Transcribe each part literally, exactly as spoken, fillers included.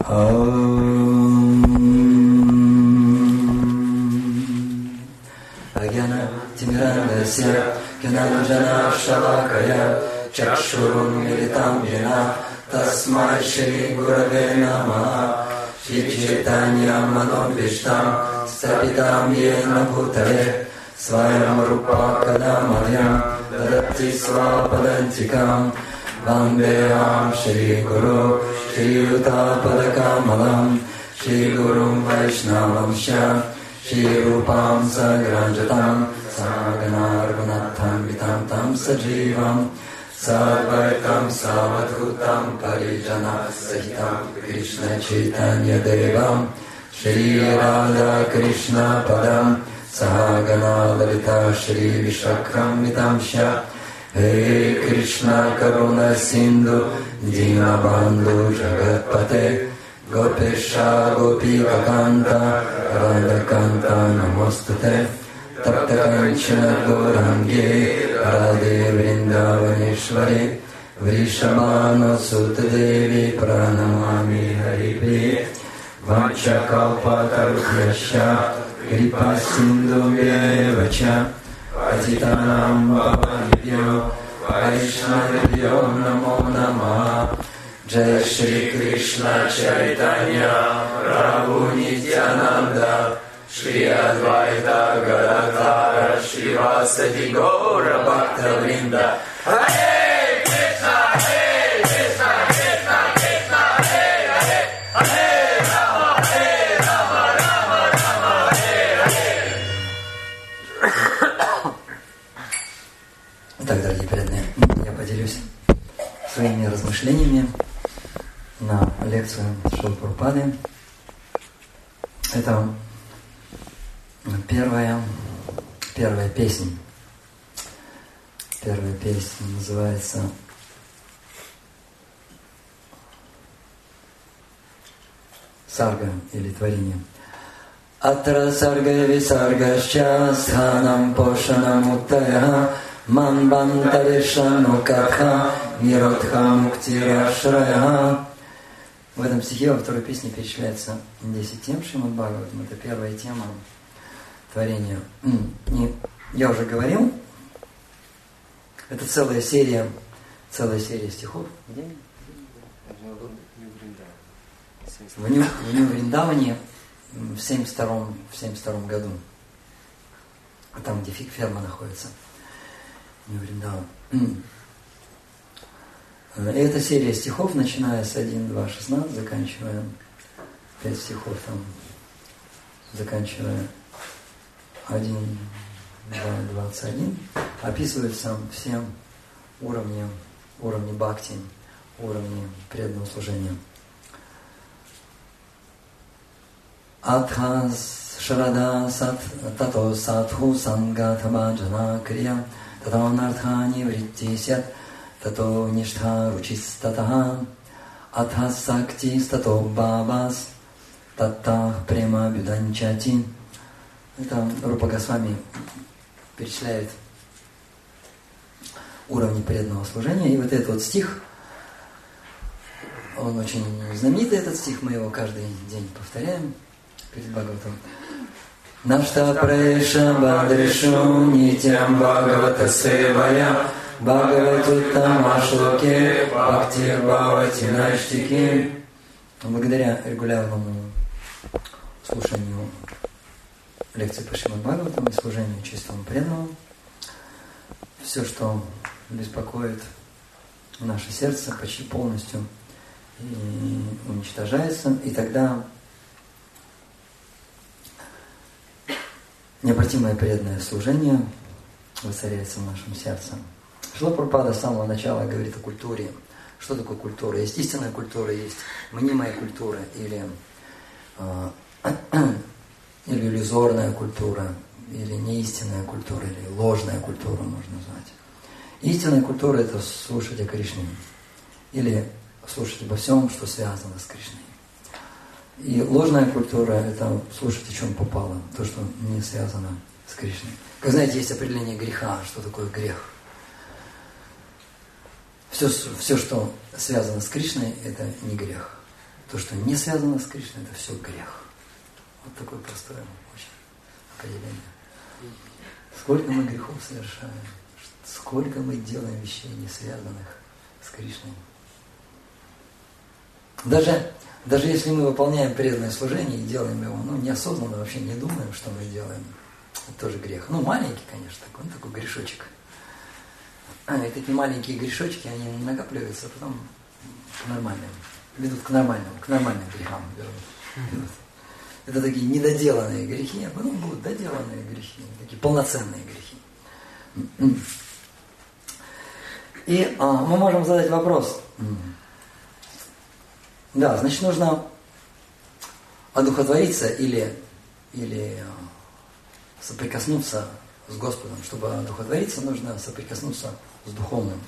Timirangasya Gyananjana Shalakaya Chakshurunmilitam Yena Tasmai Shri Gurave Namaha Shri Chaitanya Manobhishtam Stapitam Yena Bhutale Swayam Rupa Kadamayam Dadati Svapadantikam Vandeham Shri Guru Shri Yuta Padakamalam Shri Gurum Vaishnavam Shya Shri Rupam Sagranjatam Sagana Raghunatham Vitam Tam Sajivam Sadvaitam Savadhutam Parijana Sahitam Krishna Chaitanya Devam Shri Radha Krishna Padam Sahagana Lalita Shri Vishakram Vitam Shya He Krishna Karuna Sindhu Dinabandhu Jagatpate Gopesha Gopika Kanta Radha Kanta Namostute Tapta Kanchana Gaurangi Radhe Vrindavaneshwari Vrishabhanu Sutta Devi Pranamami Haripriye Vachakalpatarubhyasya Kripa Sindhu Vyevacha Patitanam Bhavanibhyo Vaishnavibhyo Namo Namaha Jai Shri Krishna Chaitanya Prabhu Nityananda Shri Advaita Gadadhara Shrivasadi Gaura Bhakta Vrinda Hare Krishna Hare Krishna Krishna Krishna Hare Hare Hare Rama Hare Rama Rama Rama Hare Hare. Итак, дорогие преданные, я поделюсь своими размышлениями на лекцию Шрилы Прабхупады. Это первая, первая песня. Первая песня называется Сарга или творение. Атра сарга висаргашча стханам пошанам уттая ман бантаришану катха ниродха муктирашрая. В этом стихе во второй песне перечисляется десять тем Шримад Бхагаватам. Это первая тема творения. И я уже говорил, это целая серия, целая серия стихов. Где? В Нью, в Нью Вриндаване в семьдесят втором, в семьдесят втором году. Там, где ферма находится. Нью Вриндаван. И эта серия стихов, начиная с один, два, шестнадцать, заканчивая пять стихов там, заканчивая один, два, двадцать один, описываются все уровни, уровни бхакти, уровни преданного служения. Атха шрада сат тато садху сангата баджана крия тато нартхани вритти сят тато ништха ручистатаха атха сакти стато бабас таттах према бюданчати. Это Рупа Госвами перечисляет уровни преданного служения. И вот этот вот стих, он очень знаменитый, этот стих, мы его каждый день повторяем перед Бхагаватом. Нашта прейша бадришу нитям Бхагавата севая Бхагаватуттама шлоке бхактир бхавати наштики. Благодаря регулярному слушанию лекции по Шримад Бхагаватам и служению чистому преданному, все, что беспокоит наше сердце, почти полностью и уничтожается, и тогда необратимое преданное служение воцаряется в нашем сердце. Шрила Прабхупада с самого начала говорит о культуре. Что такое культура? Есть истинная культура, есть мнимая культура или, э, или иллюзорная культура, или неистинная культура, или ложная культура можно назвать. Истинная культура – это слушать о Кришне, или слушать обо всем, что связано с Кришной. И ложная культура – это слушать, о чем попало, то, что не связано с Кришной. Как знаете, есть определение греха, что такое грех. Все, все, что связано с Кришной, это не грех. то, что не связано с Кришной, это все грех. Вот такое простое очень определение. Сколько мы грехов совершаем, сколько мы делаем вещей, не связанных с Кришной. Даже, даже если мы выполняем преданное служение и делаем его, ну, неосознанно, вообще не думаем, что мы делаем, это тоже грех. Ну, маленький, конечно, такой, ну, такой грешочек. А, и такие маленькие грешочки, они накапливаются, а потом к нормальным, ведут к нормальным, к нормальным грехам ведут. Это такие недоделанные грехи, а потом будут доделанные грехи, такие полноценные грехи. И а, мы можем задать вопрос. Да, значит, нужно одухотвориться или, или соприкоснуться с Господом. Чтобы одухотвориться, нужно соприкоснуться с духовным.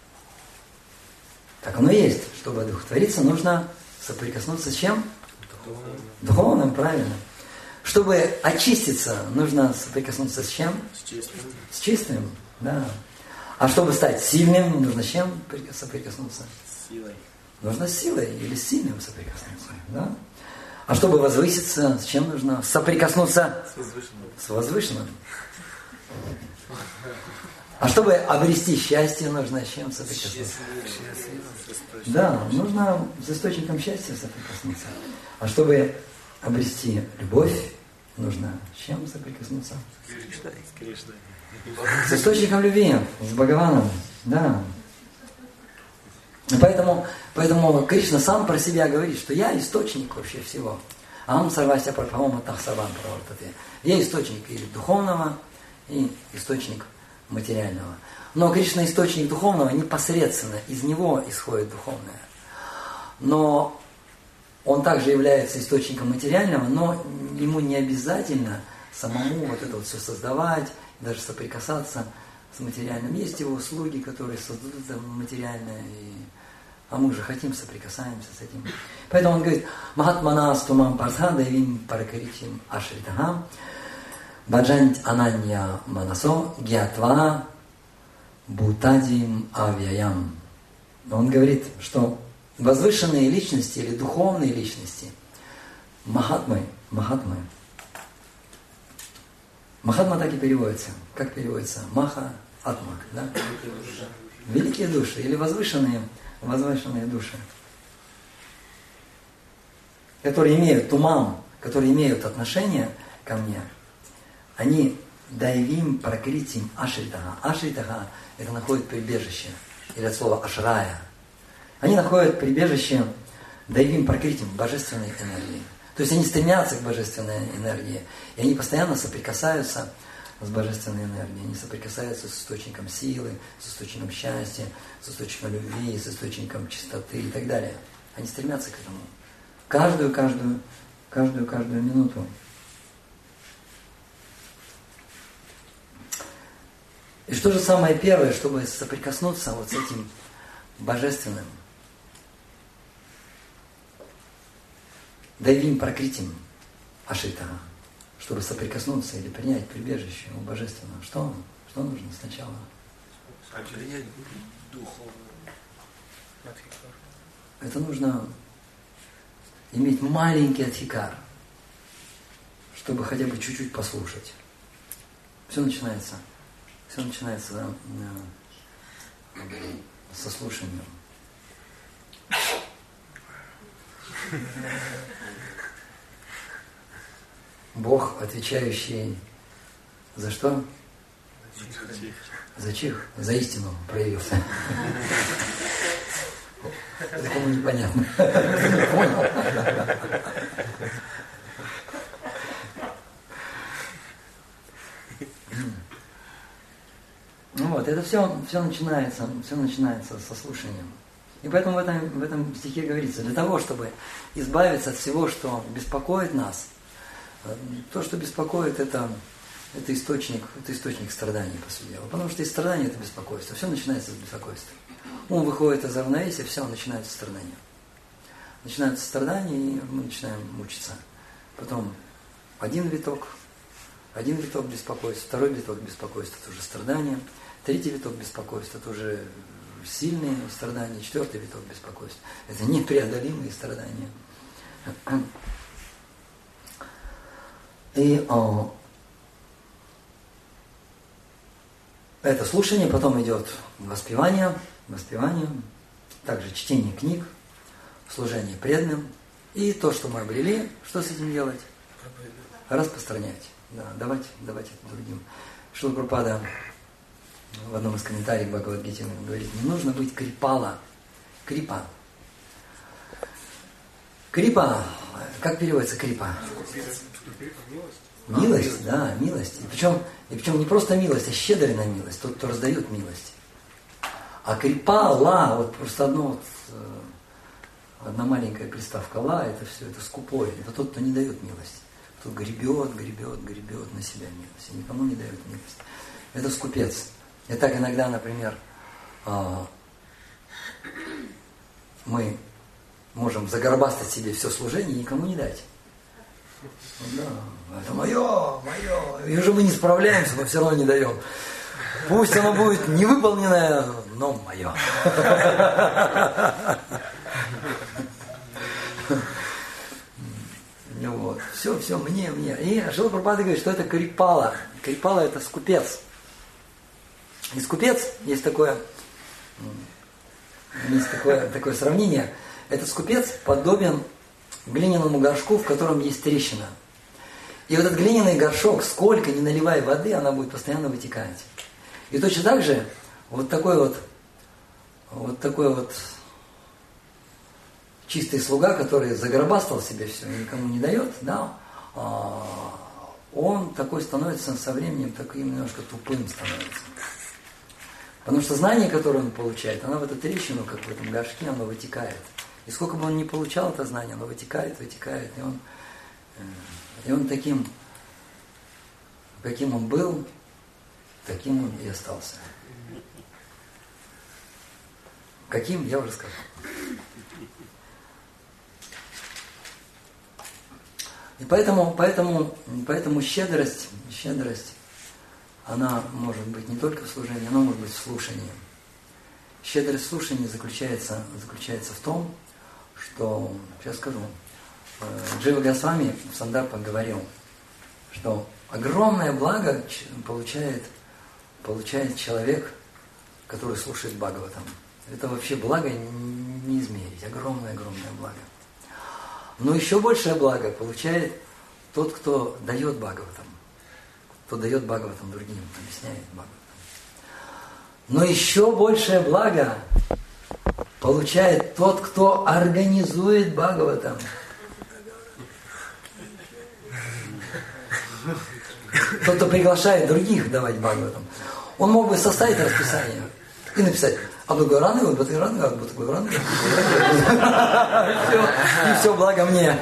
Так оно и есть. Чтобы одухотвориться, нужно соприкоснуться с чем? Духовным. Духовным, правильно. Чтобы очиститься, нужно соприкоснуться с чем? С чистым. С чистым, да. А чтобы стать сильным, нужно с чем соприкоснуться? С силой. Нужно с силой или с сильным соприкоснуться, да? А чтобы возвыситься, с чем нужно соприкоснуться? С возвышенным. С возвышенным. А чтобы обрести счастье, нужно с чем соприкоснуться? Да, нужно с источником счастья соприкоснуться. А чтобы обрести любовь, нужно с чем соприкоснуться? С Кришной. С источником любви, с Бхагаваном, да. Поэтому, поэтому Кришна сам про себя говорит, что я источник вообще всего. Ахам сарвася прабхавам тахсавам правартате. Я источник и духовного, и источник материального. Но Кришна источник духовного непосредственно, из него исходит духовное. Но он также является источником материального, но ему не обязательно самому вот это вот все создавать, даже соприкасаться с материальным. Есть его слуги, которые создадут это материальное, и... а мы же хотим, соприкасаемся с этим. Поэтому он говорит, Махатмана стумам парса давим паракаричим ашритахам баджант ананья манасо гьятва бутадим авьяям. Он говорит, что возвышенные личности или духовные личности, махатмы, махатмы, махатма так и переводится. Как переводится? Маха, атма, да? Великие души или возвышенные, возвышенные души, которые имеют тумам, которые имеют отношение ко мне, они дайвим пракритим ашритаха. Ашритаха – это находит прибежище, или от слова ашрая. Они находят прибежище дайвим пракритим, божественной энергии. То есть они стремятся к божественной энергии, и они постоянно соприкасаются с божественной энергией. Они соприкасаются с источником силы, с источником счастья, с источником любви, с источником чистоты и так далее. Они стремятся к этому. Каждую, каждую, каждую, каждую минуту. И что же самое первое, чтобы соприкоснуться вот с этим божественным? Дайвим пракритим ашритаха. Чтобы соприкоснуться или принять прибежище у Божественного. Что, что нужно сначала? Принять духовную. Это нужно иметь маленький адхикар, чтобы хотя бы чуть-чуть послушать. Все начинается, все начинается да, со слушанием. Бог, отвечающий за что? За чих, за истину проявился. Это кому непонятно. Понял? Ну вот, это все, все начинается, все начинается со слушанием. И поэтому в этом, в этом стихе говорится, для того, чтобы избавиться от всего, что беспокоит нас, то, что беспокоит, это, это, источник, это источник страданий, по сути дела. Потому что из страдания это беспокойство. Все начинается с беспокойства. Ум выходит из равновесия, все, начинается страдание. Начинается страдание, и мы начинаем мучиться. Потом один виток, один виток беспокойства, второй виток беспокойства, это уже страдание. Третий виток беспокойства, это уже сильные страдания. Четвертый виток беспокойства, это непреодолимые страдания. И о, это слушание, потом идет воспевание, воспевание, также чтение книг, служение преданным. И то, что мы обрели, что с этим делать? Распространять. Да, давать, давать это другим. Шрила Прабхупада в одном из комментариев к Бхагавад-гите говорит, не нужно быть крипала. Крипа. Крипа, как переводится крипа? Милость, да, милость. И причем, и причем не просто милость, а щедрый на милость, тот, кто раздает милость. А крипала, вот просто одно вот, одна маленькая приставка ла, это все, это скупой, это тот, кто не дает милость. Кто гребет, гребет, гребет на себя милость, и никому не дает милость. Это скупец. И так иногда, например, мы можем загорбастать себе все служение и никому не дать. Да, это мое, мое. И уже мы не справляемся, но все равно не даем. Пусть оно будет невыполненное, но мое. Вот. Все, все, мне, мне. И Шрила Прабхупада говорит, что это крипала. Крипала это скупец. И скупец, есть такое, есть такое, такое сравнение, этот скупец подобен глиняному горшку, в котором есть трещина. И вот этот глиняный горшок, сколько ни наливай воды, она будет постоянно вытекать. И точно так же, вот такой вот, вот такой вот чистый слуга, который загробастал себе все и никому не дает, да, он такой становится со временем таким немножко тупым становится. Потому что знание, которое он получает, оно в эту трещину, как в этом горшке, оно вытекает. И сколько бы он ни получал это знание, оно вытекает, вытекает, и он, и он таким, каким он был, таким он и остался. Каким, я уже сказал. И поэтому, поэтому, поэтому щедрость, щедрость, она может быть не только в служении, она может быть в слушании. Щедрость в слушании заключается, заключается в том, что, сейчас скажу, Джива Госвами в Сандарпах говорил, что огромное благо получает, получает человек, который слушает Бхагаватам. Это вообще благо не измерить, огромное-огромное благо. Но еще большее благо получает тот, кто дает Бхагаватам. Кто дает Бхагаватам другим, объясняет Бхагаватам. Но еще большее благо получает тот, кто организует Бхагаватам. Тот, кто приглашает других давать Бхагаватам. Он мог бы составить расписание и написать Абдугараны, вот Батыраны, Абдугараны. И все, благо мне.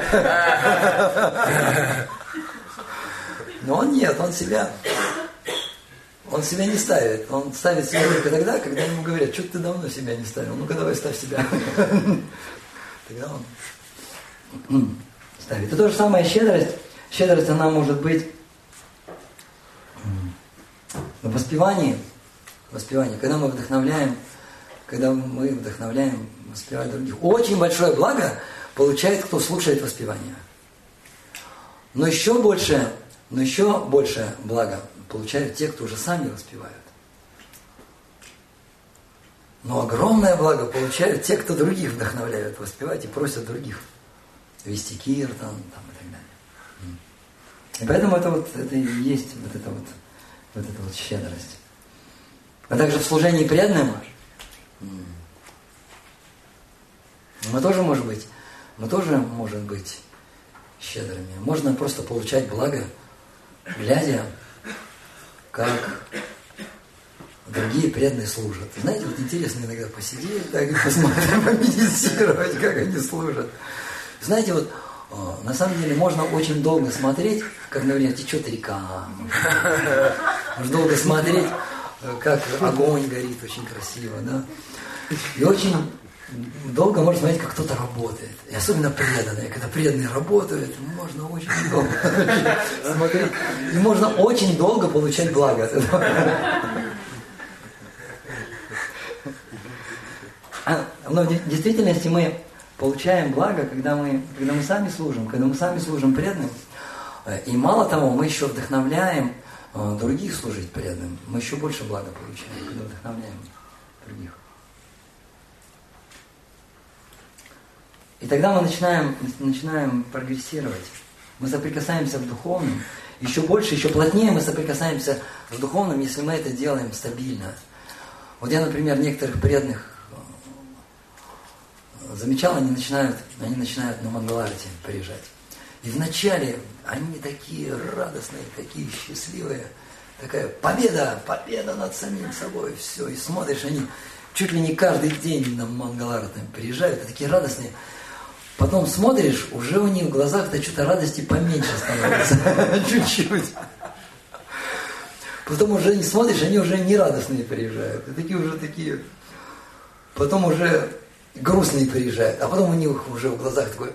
Но он нет, он себя, он себя не ставит. Он ставит себя только тогда, когда ему говорят, что ты давно себя не ставил, ну-ка давай ставь себя. Тогда он ставит. И то же самое щедрость. Щедрость, она может быть в воспевании. Воспевании, когда мы вдохновляем, когда мы вдохновляем воспевать других. Очень большое благо получает, кто слушает воспевание. Но еще больше, но еще больше благо получают те, кто уже сами воспевают. Но огромное благо получают те, кто других вдохновляют воспевать и просят других вести киртан там, и так далее. И поэтому это вот это и есть вот эта вот, вот эта вот щедрость. А также в служении преданным мы тоже можем быть, мы тоже можем быть щедрыми. Можно просто получать благо, глядя, как другие преданные служат. Знаете, вот интересно иногда посидеть, так и посмотреть, помедитировать, как они служат. Знаете, вот на самом деле можно очень долго смотреть, как, например, течет река. Можно долго смотреть, как огонь горит, очень красиво, да. И очень долго можно смотреть, как кто-то работает. И особенно преданные. Когда преданные работают, можно очень долго смотреть. И можно очень долго получать благо от этого. Но в действительности мы получаем благо, когда мы, когда мы сами служим, когда мы сами служим преданным. И мало того, мы еще вдохновляем других служить преданным. Мы еще больше блага получаем, когда вдохновляем других. И тогда мы начинаем, начинаем прогрессировать. Мы соприкасаемся в духовном. Еще больше, еще плотнее мы соприкасаемся с духовным, если мы это делаем стабильно. Вот я, например, некоторых преданных замечал, они начинают, они начинают на Мангаларти приезжать. И вначале они такие радостные, такие счастливые. Такая победа, победа над самим собой. Все. И смотришь, они чуть ли не каждый день на Мангаларти приезжают, и такие радостные. Потом смотришь, уже у них в глазах-то что-то радости поменьше становится. Чуть-чуть. Потом уже не смотришь, они уже не радостные приезжают. И такие уже такие. Потом уже грустные приезжают. А потом у них уже в глазах такой.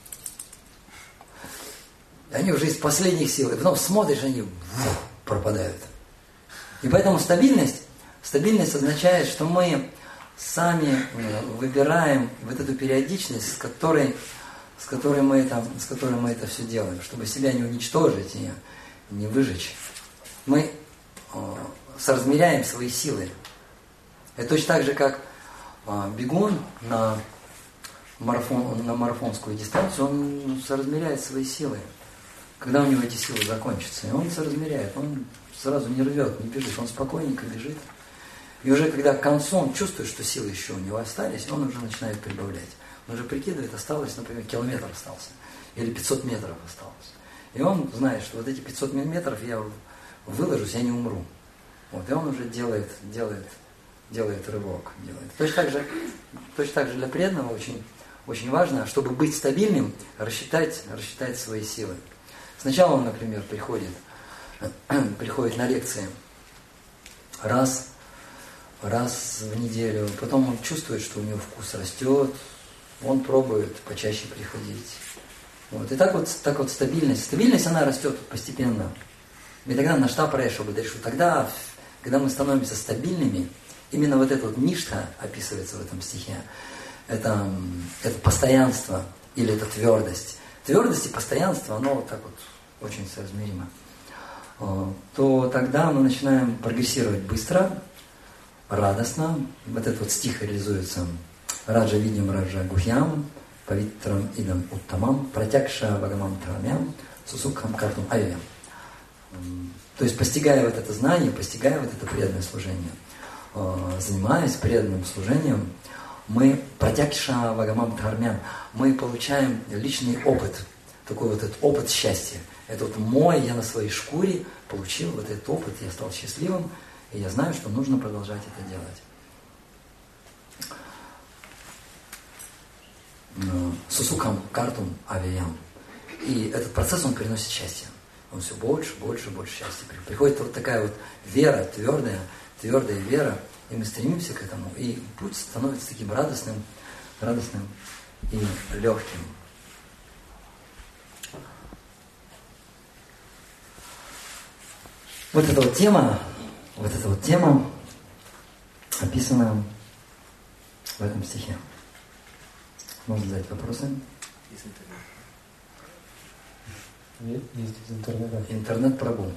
Они уже из последних сил. И потом смотришь, они пропадают. И поэтому стабильность, стабильность означает, что мы сами выбираем вот эту периодичность, с которой, с которой, мы, это, с которой мы это все делаем, чтобы себя не уничтожить и не выжечь. Мы э, соразмеряем свои силы. Это точно так же, как э, бегун на, марафон, на марафонскую дистанцию, он соразмеряет свои силы. Когда у него эти силы закончатся, и он соразмеряет, он сразу не рвет, не бежит, он спокойненько бежит. И уже когда к концу он чувствует, что силы еще у него остались, он уже начинает прибавлять. Он уже прикидывает, осталось, например, километр остался, или пятьсот метров осталось. И он знает, что вот эти пятьсот метров я выложусь, я не умру. Вот, и он уже делает, делает, делает рывок. Делает. Точно так же, точно так же для преданного очень, очень важно, чтобы быть стабильным, рассчитать, рассчитать свои силы. Сначала он, например, приходит, приходит на лекции раз, раз в неделю, потом он чувствует, что у него вкус растет, он пробует почаще приходить. Вот. И так вот, так вот стабильность. Стабильность, она растет постепенно. И тогда на штаб Рэша будет, что тогда, когда мы становимся стабильными, именно вот это вот ништха описывается в этом стихе, это, это постоянство или это твердость. Твердость и постоянство, оно вот так вот очень соизмеримо. То тогда мы начинаем прогрессировать быстро, радостно. Вот этот вот стих реализуется. Раджа видим раджа гухьям, павитрам идам уттамам, протякша бхагамам тарамям, сусукхам картум авиям. То есть постигая вот это знание, постигая вот это преданное служение, занимаясь преданным служением, мы протякша бхагамам тарамям, мы получаем личный опыт, такой вот этот опыт счастья. Это вот мой, я на своей шкуре получил вот этот опыт, я стал счастливым, и я знаю, что нужно продолжать это делать. Сусукам картум авиям. И этот процесс, он приносит счастье. Он все больше, больше, больше счастья. Приходит вот такая вот вера, твердая, твердая вера, и мы стремимся к этому. И путь становится таким радостным, радостным и легким. Вот эта вот тема, вот эта вот тема описана в этом стихе. Можно задать вопросы? Есть из интернета. Интернет-пробу.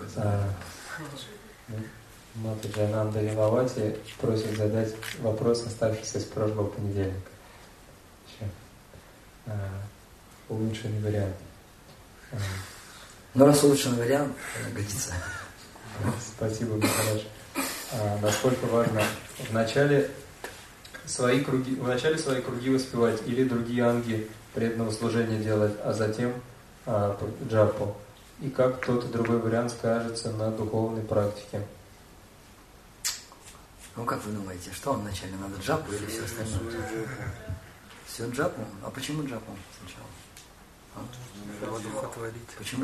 Матаджи Ананда Вилавати просит задать вопрос, оставшийся из прошлого понедельника. Еще. А, улучшенный вариант. А. Ну, раз улучшенный вариант, годится. Спасибо, Михаил. А, насколько важно в начале свои круги, в начале свои круги воспевать или другие анги преданного служения делать, а затем а, джапу. И как тот и другой вариант скажется на духовной практике. Ну, как вы думаете, что вначале надо, джапу или все остальное? Все джапу? А почему джапу сначала? А? Почему?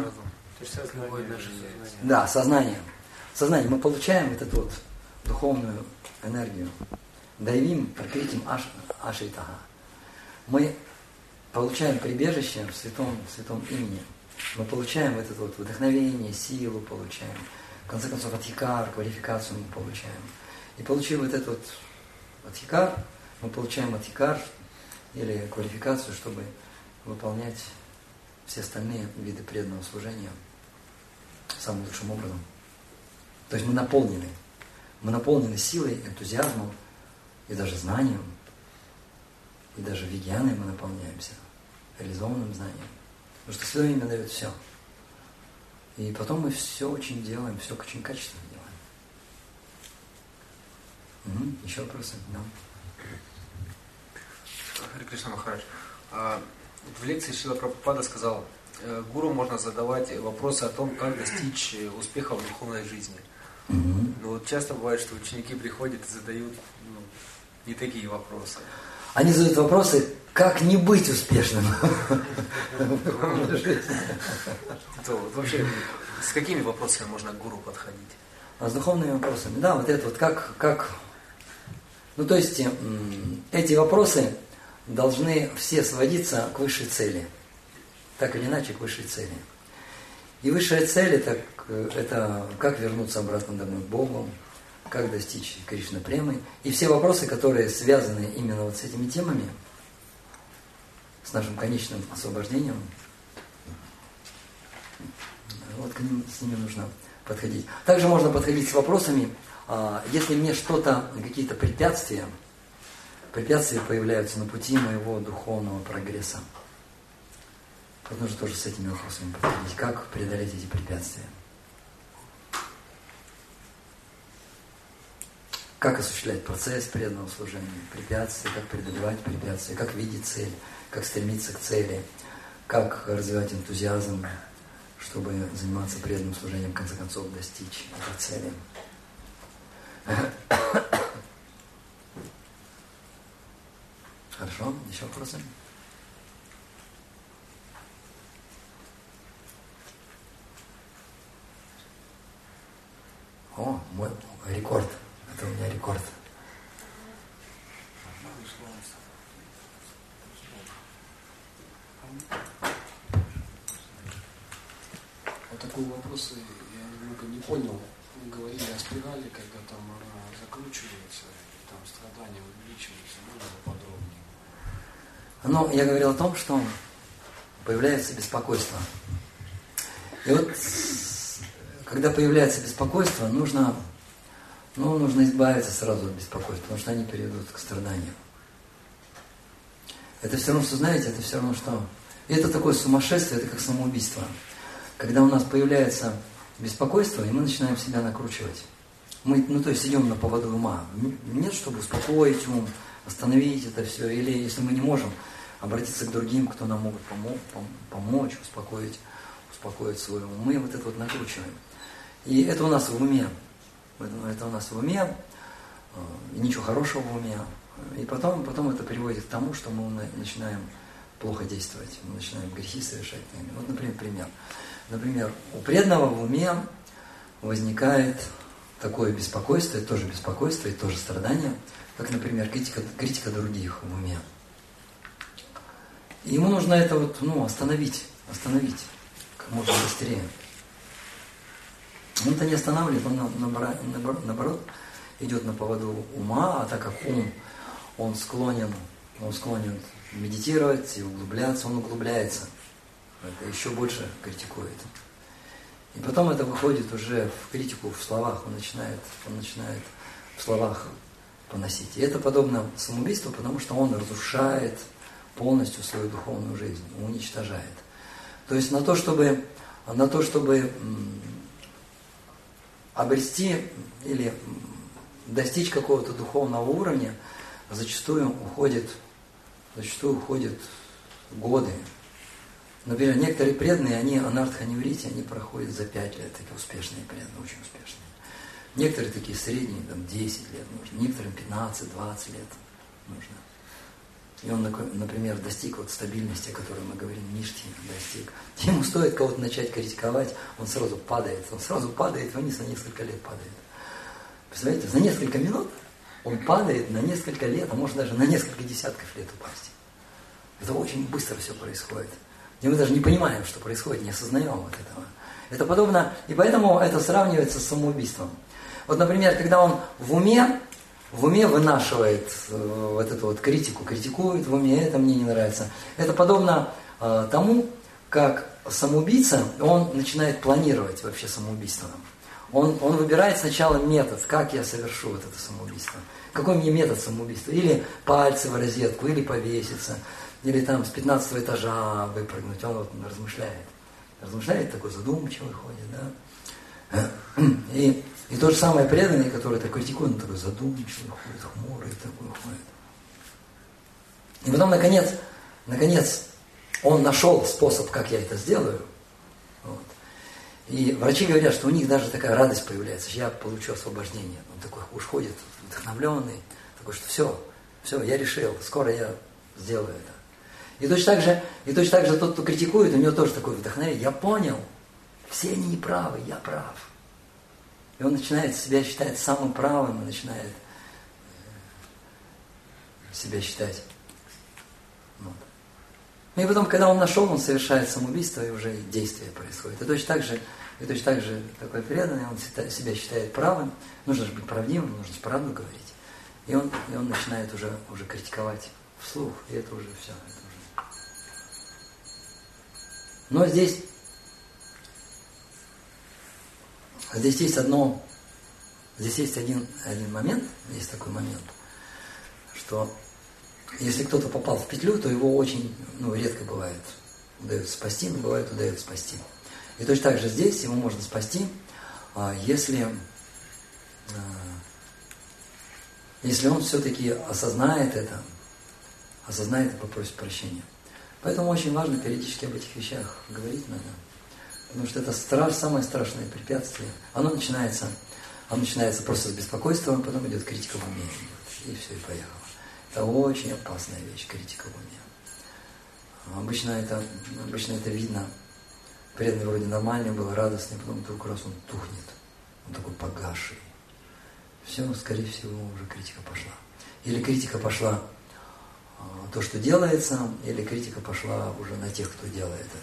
Да, сознание. Сознание. Мы получаем вот эту вот духовную энергию. Дайвим, прокритим ашитага. Мы получаем прибежище в святом, в святом имени. Мы получаем вот это вот вдохновение, силу получаем. В конце концов, адхикар, квалификацию мы получаем. И получив вот этот вот адхикар, мы получаем адхикар или квалификацию, чтобы выполнять все остальные виды преданного служения самым лучшим образом. То есть мы наполнены. Мы наполнены силой, энтузиазмом и даже знанием. И даже вигьяной мы наполняемся, реализованным знанием. Потому что святое имя дает все. И потом мы все очень делаем, все очень качественно делаем. Угу. Еще вопросы? Да. Харе Кришна Махарадж. В лекции Шрила Прабхупада сказал, гуру можно задавать вопросы о том, как достичь успеха в духовной жизни. Mm-hmm. Но вот часто бывает, что ученики приходят и задают ну, не такие вопросы. Они задают вопросы, как не быть успешным. Вообще, с какими вопросами можно к гуру подходить? А с духовными вопросами, да, вот это вот как, как... Ну, то есть, эти вопросы должны все сводиться к высшей цели. Так или иначе, к высшей цели. И высшая цель это, это как вернуться обратно домой к Богу, как достичь Кришна премы. И все вопросы, которые связаны именно вот с этими темами, с нашим конечным освобождением, вот к ним, с ними нужно подходить. Также можно подходить с вопросами, если мне что-то, какие-то препятствия, препятствия появляются на пути моего духовного прогресса. Вот нужно тоже с этими вопросами подходить. Как преодолеть эти препятствия? Как осуществлять процесс преданного служения, препятствия, как преодолевать препятствия, как видеть цель, как стремиться к цели, как развивать энтузиазм, чтобы заниматься преданным служением, в конце концов достичь этой цели. Хорошо, еще вопросы? О, мой рекорд. Это у меня рекорд. Вот такой вопрос я немного не понял. Вы говорили о спирали, когда там она закручивается, и там страдания увеличиваются. Можно поподробнее? Ну, я говорил о том, что появляется беспокойство. И вот когда появляется беспокойство, нужно, ну, нужно избавиться сразу от беспокойства, потому что они перейдут к страданию. Это все равно, что, знаете, это все равно, что... И это такое сумасшествие, это как самоубийство. Когда у нас появляется беспокойство, и мы начинаем себя накручивать. Мы, ну, то есть идем на поводу ума. Нет, чтобы успокоить ум, остановить это все. Или, если мы не можем, обратиться к другим, кто нам могут помо- пом- помочь, успокоить, успокоить свой ум. Мы вот это вот накручиваем. И это у нас в уме. Это у нас в уме. Ничего хорошего в уме. И потом, потом это приводит к тому, что мы начинаем плохо действовать. Мы начинаем грехи совершать. Вот, например, пример. Например, у преданного в уме возникает такое беспокойство, это тоже беспокойство, и тоже страдание, как, например, критика, критика других в уме. И ему нужно это вот, ну, остановить, остановить как можно быстрее. Он это не останавливает, он наоборот, наоборот идет на поводу ума, а так как ум, он склонен, он склонен медитировать и углубляться, он углубляется. Это еще больше критикует. И потом это выходит уже в критику в словах, он начинает, он начинает в словах поносить. И это подобно самоубийству, потому что он разрушает полностью свою духовную жизнь, уничтожает. То есть на то, чтобы, на то, чтобы обрести или достичь какого-то духовного уровня, зачастую уходит, зачастую уходят годы. Например, некоторые преданные, они анартха-неврити, они проходят за пять лет, такие успешные преданные, очень успешные. Некоторые такие средние, там десять лет нужно, некоторым пятнадцать-двадцать лет нужно. И он, например, достиг вот стабильности, о которой мы говорим, ништи достиг. Ему стоит кого-то начать критиковать, он сразу падает, он сразу падает вниз, на несколько лет падает. Представляете, за несколько минут он падает на несколько лет, а может даже на несколько десятков лет упасть. Это очень быстро все происходит. И мы даже не понимаем, что происходит, не осознаем вот этого. Это подобно, и поэтому это сравнивается с самоубийством. Вот, например, когда он в уме, в уме вынашивает э, вот эту вот критику, критикует в уме, это мне не нравится. Это подобно э, тому, как самоубийца, он начинает планировать вообще самоубийство. Он, он выбирает сначала метод, как я совершу вот это самоубийство. Какой мне метод самоубийства? Или пальцы в розетку, или повеситься, или там с пятнадцатого этажа выпрыгнуть. Он вот размышляет. Размышляет, такой задумчивый ходит, да. И, и тот же самый преданный, который такой критикует, он такой задумчивый ходит, хмурый такой ходит. И потом, наконец, наконец, он нашел способ, как я это сделаю. Вот. И врачи говорят, что у них даже такая радость появляется, что я получу освобождение. Он такой уж ходит вдохновленный, такой, что все, все, я решил, скоро я сделаю это. И точно так же, и точно так же тот, кто критикует, у него тоже такое вдохновение. Я понял, все они неправы, я прав. И он начинает себя считать самым правым, и начинает себя считать. Вот. И потом, когда он нашел, он совершает самоубийство, и уже действие происходит. И точно так же, и точно так же такой преданный, он себя считает правым. Нужно же быть правдивым, нужно же правду говорить. И он, и он начинает уже, уже критиковать вслух, и это уже все. Это уже. Но здесь, здесь есть одно, здесь есть один, один момент, есть такой момент, что если кто-то попал в петлю, то его очень, ну, редко бывает удается спасти, но бывает удается спасти. И точно так же здесь его можно спасти, если, если он все-таки осознает это, осознает и попросит прощения. Поэтому очень важно периодически об этих вещах говорить надо. Потому что это страш, самое страшное препятствие. Оно начинается, оно начинается просто с беспокойства, а потом идет критика в уме. И все, и поехало. Это очень опасная вещь, критика в уме. Обычно это, обычно это видно. Преданный вроде нормальный был, радостный, потом вдруг раз он тухнет. Он такой погасший. Все, скорее всего, уже критика пошла. Или критика пошла то, что делается, или критика пошла уже на тех, кто делает это.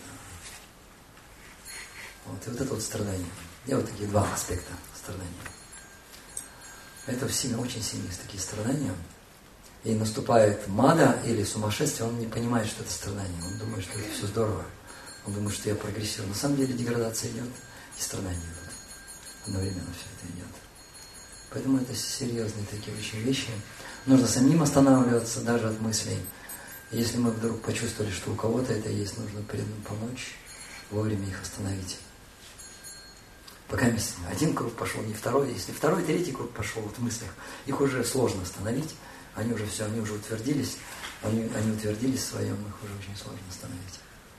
Вот, и вот это вот страдание. И вот такие два аспекта страдания. Это сильно, очень сильные такие страдания. И наступает мада или сумасшествие, он не понимает, что это страдание. Он думает, что это все здорово. Он думает, что я прогрессирую. На самом деле деградация идет, и страдания идут. Одновременно все это идет. Поэтому это серьезные такие очень вещи. Нужно самим останавливаться даже от мыслей. Если мы вдруг почувствовали, что у кого-то это есть, нужно преданным помочь, вовремя их остановить. Пока один круг пошел, не второй. Если второй, третий круг пошел вот в мыслях, их уже сложно остановить. Они уже все, они уже утвердились. Они, они утвердились в своем, их уже очень сложно остановить.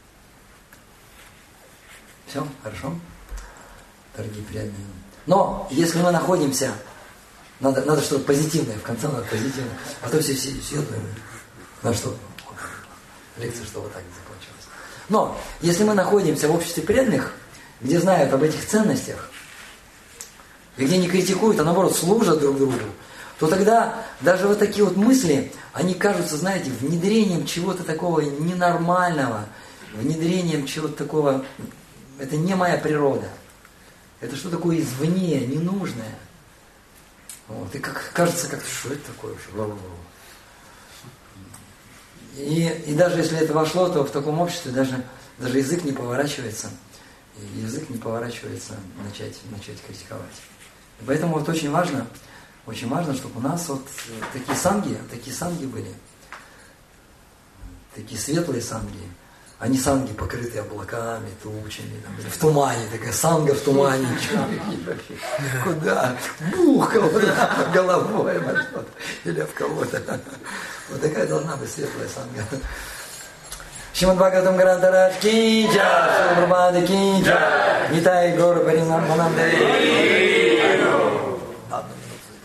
Все? Хорошо? Дорогие преданные. Но если мы находимся... Надо, надо что-то позитивное, в конце надо позитивное. А то все, все, все думают, на что лекция, что вот так не закончилась. Но, если мы находимся в обществе преданных, где знают об этих ценностях, и где не критикуют, а наоборот служат друг другу, то тогда даже вот такие вот мысли, они кажутся, знаете, внедрением чего-то такого ненормального, внедрением чего-то такого, это не моя природа. Это что такое извне, ненужное. Вот, и как, кажется, как что это такое уже? И, и даже если это вошло, то в таком обществе даже, даже язык не поворачивается. И язык не поворачивается начать, начать критиковать. И поэтому вот очень важно, очень важно, чтобы у нас вот такие санги, такие санги были. Такие светлые санги. А не санги, покрытые облаками, тучами, там, в тумане, такая санга в тумане. Куда? Бух, кого-то головой на что-то. Или в кого-то. Вот такая должна быть светлая санга. Шримад Бхагаватам Грантарадж ки джай, Шрила Прабхупада ки джай, Нитай Гаура Паринамбананде.